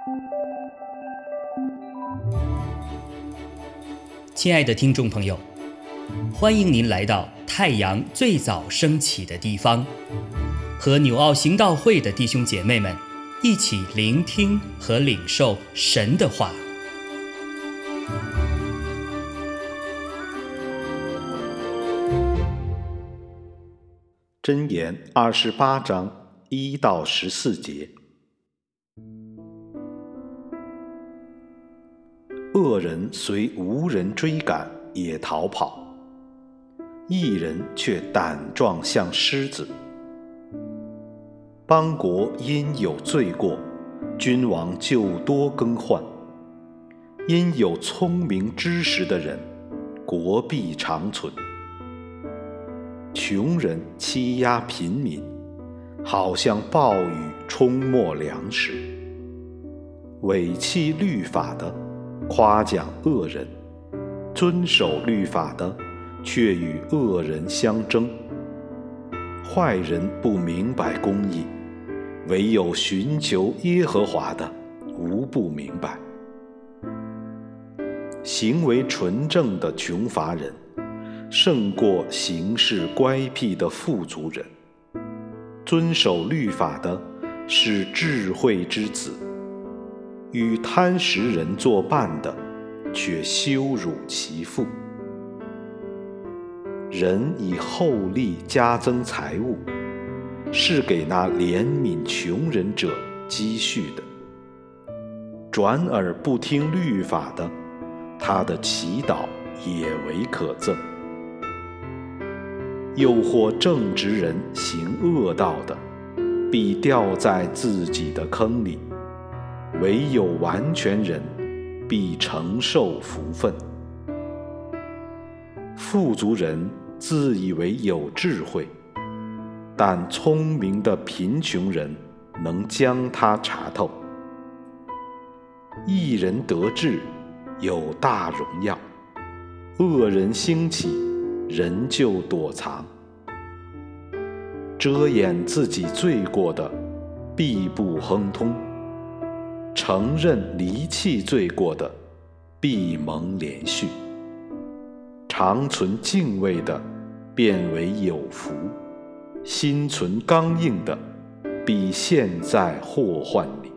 亲爱的听众朋友，欢迎您来到太阳最早升起的地方，和纽奥行道会的弟兄姐妹们一起聆听和领受神的话。 箴言28章1到14节。恶人虽无人追赶也逃跑，义人却胆壮像狮子。邦国因有罪过，君王就多更换。因有聪明知识的人，国必长存。穷人欺压贫民，好像暴雨冲没粮食。违弃律法的夸奖恶人，遵守律法的却与恶人相争。坏人不明白公义，唯有寻求耶和华的无不明白。行为纯正的穷乏人，胜过行事乖僻的富足人。遵守律法的是智慧之子，与贪食人作伴的却羞辱其父。人以厚利加增财物，是给那怜悯穷人者积蓄的。转耳不听律法的，他的祈祷也为可憎。诱惑正直人行恶道的，必掉在自己的坑里；唯有完全人，必承受福分。富足人自以为有智慧，但聪明的贫穷人能将他查透。义人得志，有大荣耀；恶人兴起，人就躲藏。遮掩自己罪过的，必不亨通；承认离弃罪过的，必蒙连续。常存敬畏的，便为有福；心存刚硬的，必陷在祸患里。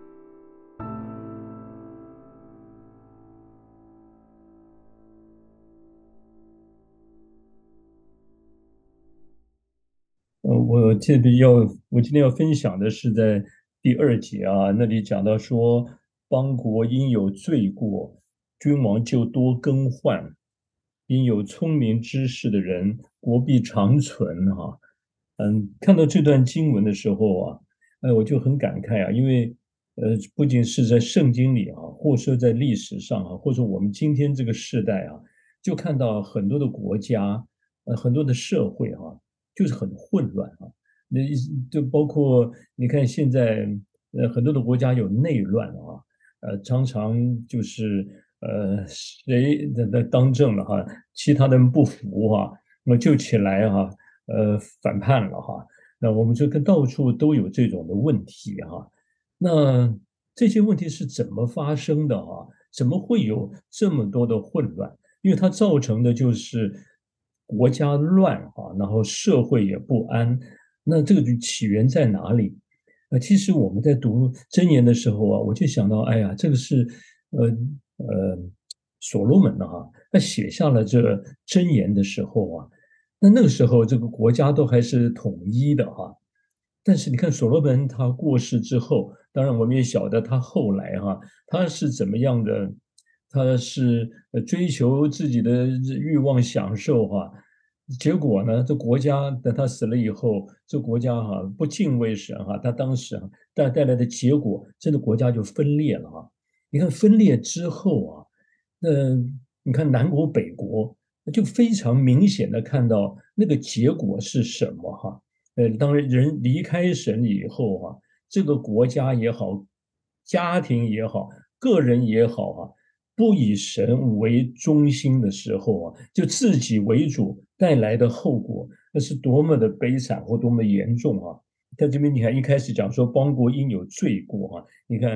我今天要分享的是在第2节啊，那里讲到说，邦国因有罪过，君王就多更换；因有聪明知识的人，国必长存哈。看到这段经文的时候啊，我就很感慨啊，因为不仅是在圣经里啊，或是在历史上啊，或者我们今天这个世代啊，就看到很多的国家，很多的社会啊，就是很混乱啊。那就包括你看现在很多的国家有内乱啊，常常就是谁的当政了哈，其他的人不服哈，那就起来哈，反叛了哈。那我们这个到处都有这种的问题哈。那这些问题是怎么发生的哈？怎么会有这么多的混乱？因为它造成的就是国家乱哈，然后社会也不安。那这个起源在哪里？其实我们在读箴言的时候啊，我就想到，哎呀，这个是呃所罗门啊，他写下了这箴言的时候啊，那个时候这个国家都还是统一的哈。但是你看所罗门他过世之后，当然我们也晓得他后来哈，他是怎么样的？他是追求自己的欲望享受哈，结果呢，这国家等他死了以后，这国家哈不敬畏神哈，他当时啊带来的结果，真的国家就分裂了哈。你看分裂之后啊，那你看南国北国，就非常明显的看到那个结果是什么哈。当人离开神以后啊，这个国家也好，家庭也好，个人也好啊，不以神为中心的时候啊，就自己为主带来的后果，那是多么的悲惨或多么严重啊！在这边你看一开始讲说邦国因有罪过啊，你看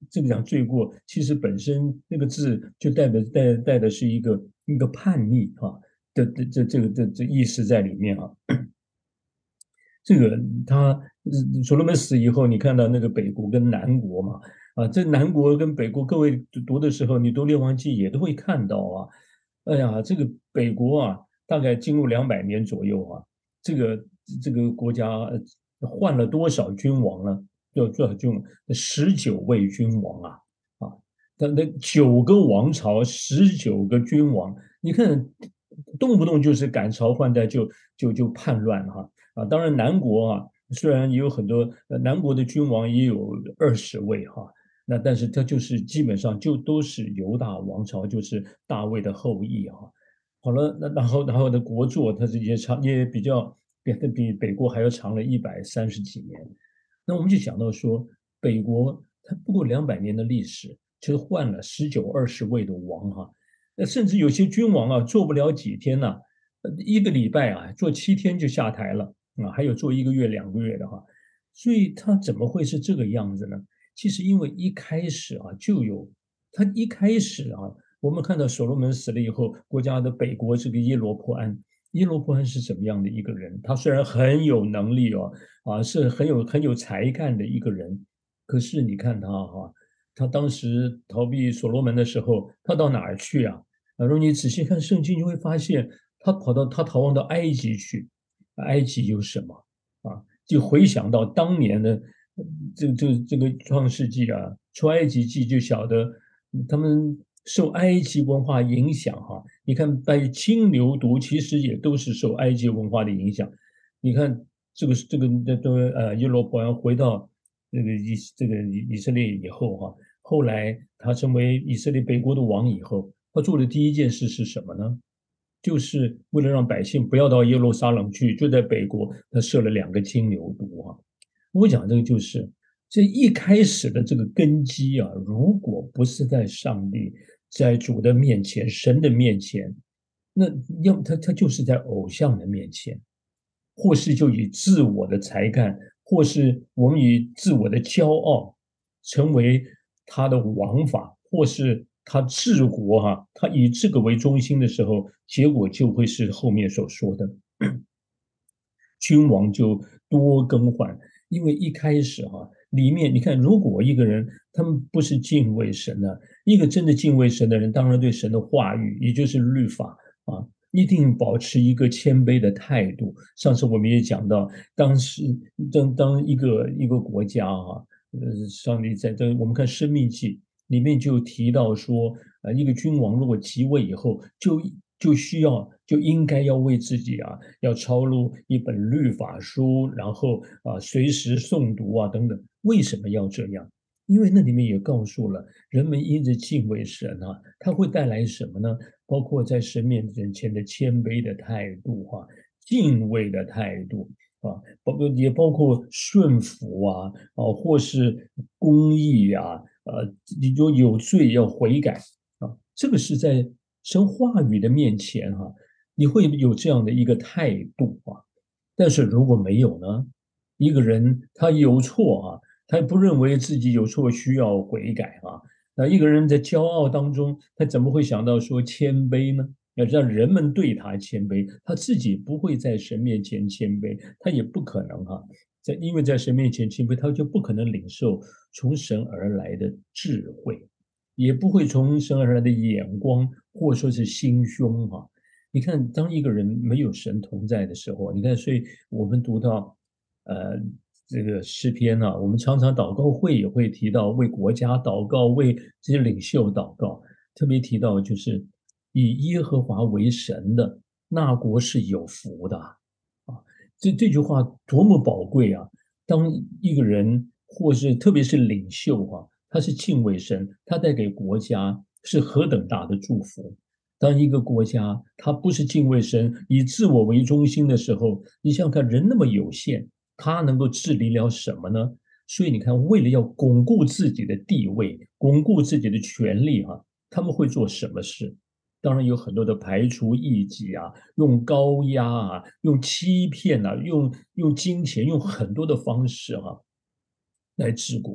这个讲罪过，其实本身那个字就带的是一个叛逆这意思在里面啊。这个他所罗门死以后，你看到那个北国跟南国嘛，这南国跟北国，各位读的时候，你读列王记也都会看到啊。哎呀，这个北国啊，大概经过200年左右啊，这个国家换了多少君王呢？有多少君王？19位君王啊，那9个王朝19个君王，你看动不动就是赶朝换代就叛乱哈。当然南国啊，虽然也有很多南国的君王也有20位哈，那但是他就是基本上就都是犹大王朝，就是大卫的后裔哈。好了，那然后的国祚，它是也比较比北国还要长了130几年。那我们就想到说，北国它不过200年的历史，就换了19、20位的王哈。甚至有些君王啊，做不了几天呢、1个礼拜啊，做7天就下台了啊，还有做1个月、2个月的哈。所以他怎么会是这个样子呢？其实因为一开始啊，他一开始啊，我们看到所罗门死了以后，国家的北国这个耶罗波安，耶罗波安是什么样的一个人？他虽然很有能力哦，是很有才干的一个人，可是你看他哈，他当时逃避所罗门的时候，他到哪儿去啊？如果你仔细看圣经，就会发现他逃亡到埃及去，埃及有什么就回想到当年的这个创世纪啊，出埃及记就晓得他们受埃及文化影响哈。你看拜金牛犊其实也都是受埃及文化的影响。你看耶罗波安回到以色列以后哈，后来他成为以色列北国的王以后，他做的第一件事是什么呢？就是为了让百姓不要到耶路撒冷去，就在北国他设了2个金牛犊啊。我讲这个就是这一开始的这个根基啊，如果不是在上帝、在主的面前、神的面前，那他就是在偶像的面前，或是就以自我的才干，或是我们以自我的骄傲成为他的王法，或是他治国他以这个为中心的时候，结果就会是后面所说的君王就多更换。因为一开始里面你看，如果一个人他们不是敬畏神的，一个真的敬畏神的人，当然对神的话语，也就是律法一定保持一个谦卑的态度。上次我们也讲到，当时当一个国家上帝在我们看《生命记》里面就提到说，一个君王如果即位以后，就应该要为自己要抄录一本律法书，然后随时诵读等等。为什么要这样？因为那里面也告诉了人们因着敬畏神它会带来什么呢？包括在神面前的谦卑的态度敬畏的态度包括顺服或是公义你就有罪要悔改这个是在神话语的面前你会有这样的一个态度但是如果没有呢？一个人他有错他不认为自己有错需要悔改那一个人在骄傲当中，他怎么会想到说谦卑呢？要让人们对他谦卑，他自己不会在神面前谦卑，他也不可能因为在神面前谦卑，他就不可能领受从神而来的智慧，也不会从神而来的眼光，或者说是心胸你看，当一个人没有神同在的时候，你看，所以我们读到，这个诗篇我们常常祷告会也会提到为国家祷告，为这些领袖祷告，特别提到就是以耶和华为神的那国是有福的这句话多么宝贵当一个人或是特别是领袖他是敬畏神，他带给国家是何等大的祝福。当一个国家他不是敬畏神，以自我为中心的时候，你想想看，人那么有限，他能够治理了什么呢？所以你看，为了要巩固自己的地位，巩固自己的权利他们会做什么事？当然有很多的排除异己用高压用欺骗用金钱，用很多的方式来治国。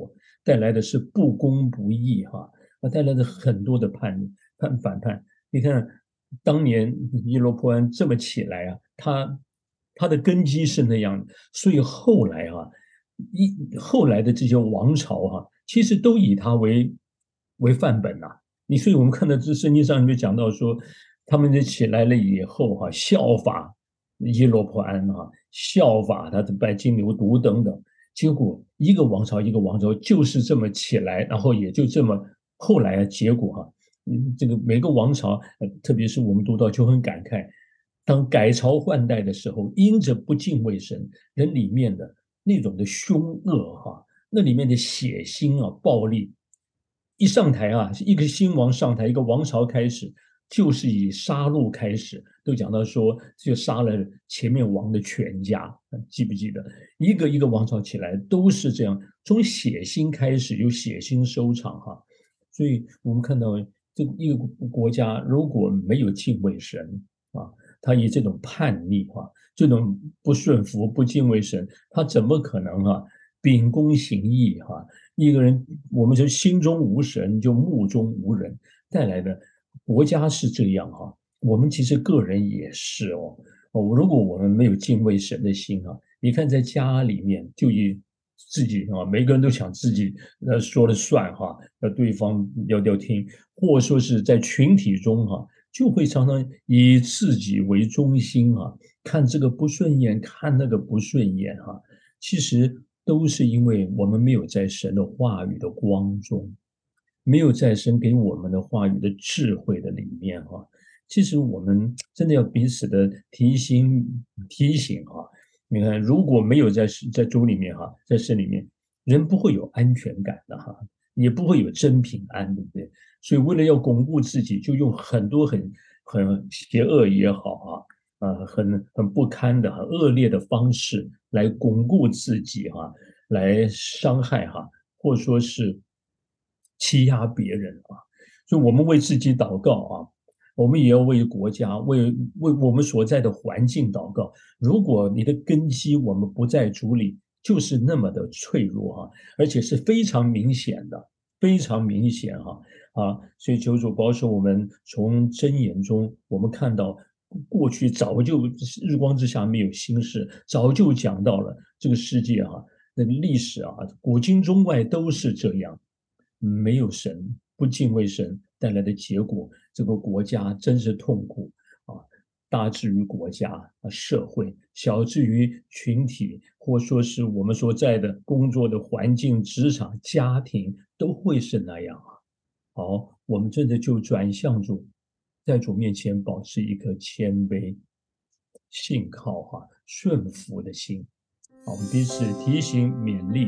带来的是不公不义带来的很多的反叛。你看当年耶罗波安这么起来他的根基是那样的，所以后来后来的这些王朝其实都以他为范本所以我们看到这圣经上就讲到说，他们就起来了以后效法耶罗波安效法他的拜金牛犊等等，结果一个王朝一个王朝就是这么起来，然后也就这么后来结果这个每个王朝，特别是我们读到就很感慨，当改朝换代的时候，因着不敬畏神，人里面的那种的凶恶那里面的血腥暴力，一上台一个新王上台，一个王朝开始，就是以杀戮开始，都讲到说就杀了前面王的全家，记不记得？一个一个王朝起来都是这样，从血腥开始，有血腥收场所以我们看到这一个国家如果没有敬畏神他以这种叛逆这种不顺服、不敬畏神，他怎么可能秉公行义一个人我们说心中无神，就目中无人带来的国家是这样我们其实个人也是如果我们没有敬畏神的心你看在家里面就以自己每个人都想自己说了算对方要听，或者说是在群体中就会常常以自己为中心看这个不顺眼，看那个不顺眼其实都是因为我们没有在神的话语的光中，没有在神给我们的话语的智慧的里面其实我们真的要彼此的提醒你看如果没有在主里面在神里面，人不会有安全感的也不会有真平安，对不对？所以为了要巩固自己，就用很多很邪恶也好很不堪的很恶劣的方式来巩固自己来伤害或者说是欺压别人所以我们为自己祷告我们也要为国家为我们所在的环境祷告。如果你的根基我们不在主里，就是那么的脆弱而且是非常明显的，非常明显所以求主保守我们从箴言中我们看到过去早就日光之下没有新事，早就讲到了这个世界那个历史古今中外都是这样，没有神，不敬畏神带来的结果，这个国家真是痛苦大至于国家社会，小至于群体，或说是我们所在的工作的环境、职场、家庭，都会是那样好，我们真的就转向主，在主面前保持一颗谦卑、信靠顺服的心我们彼此提醒勉励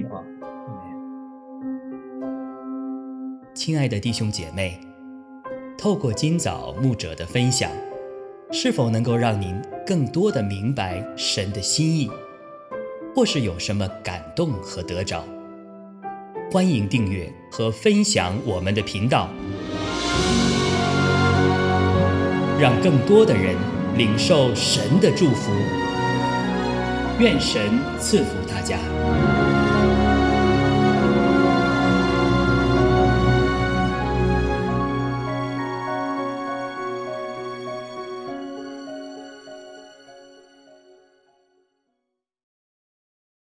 亲爱的弟兄姐妹，透过今早牧者的分享，是否能够让您更多的明白神的心意，或是有什么感动和得着？欢迎订阅和分享我们的频道，让更多的人领受神的祝福。愿神赐福大家。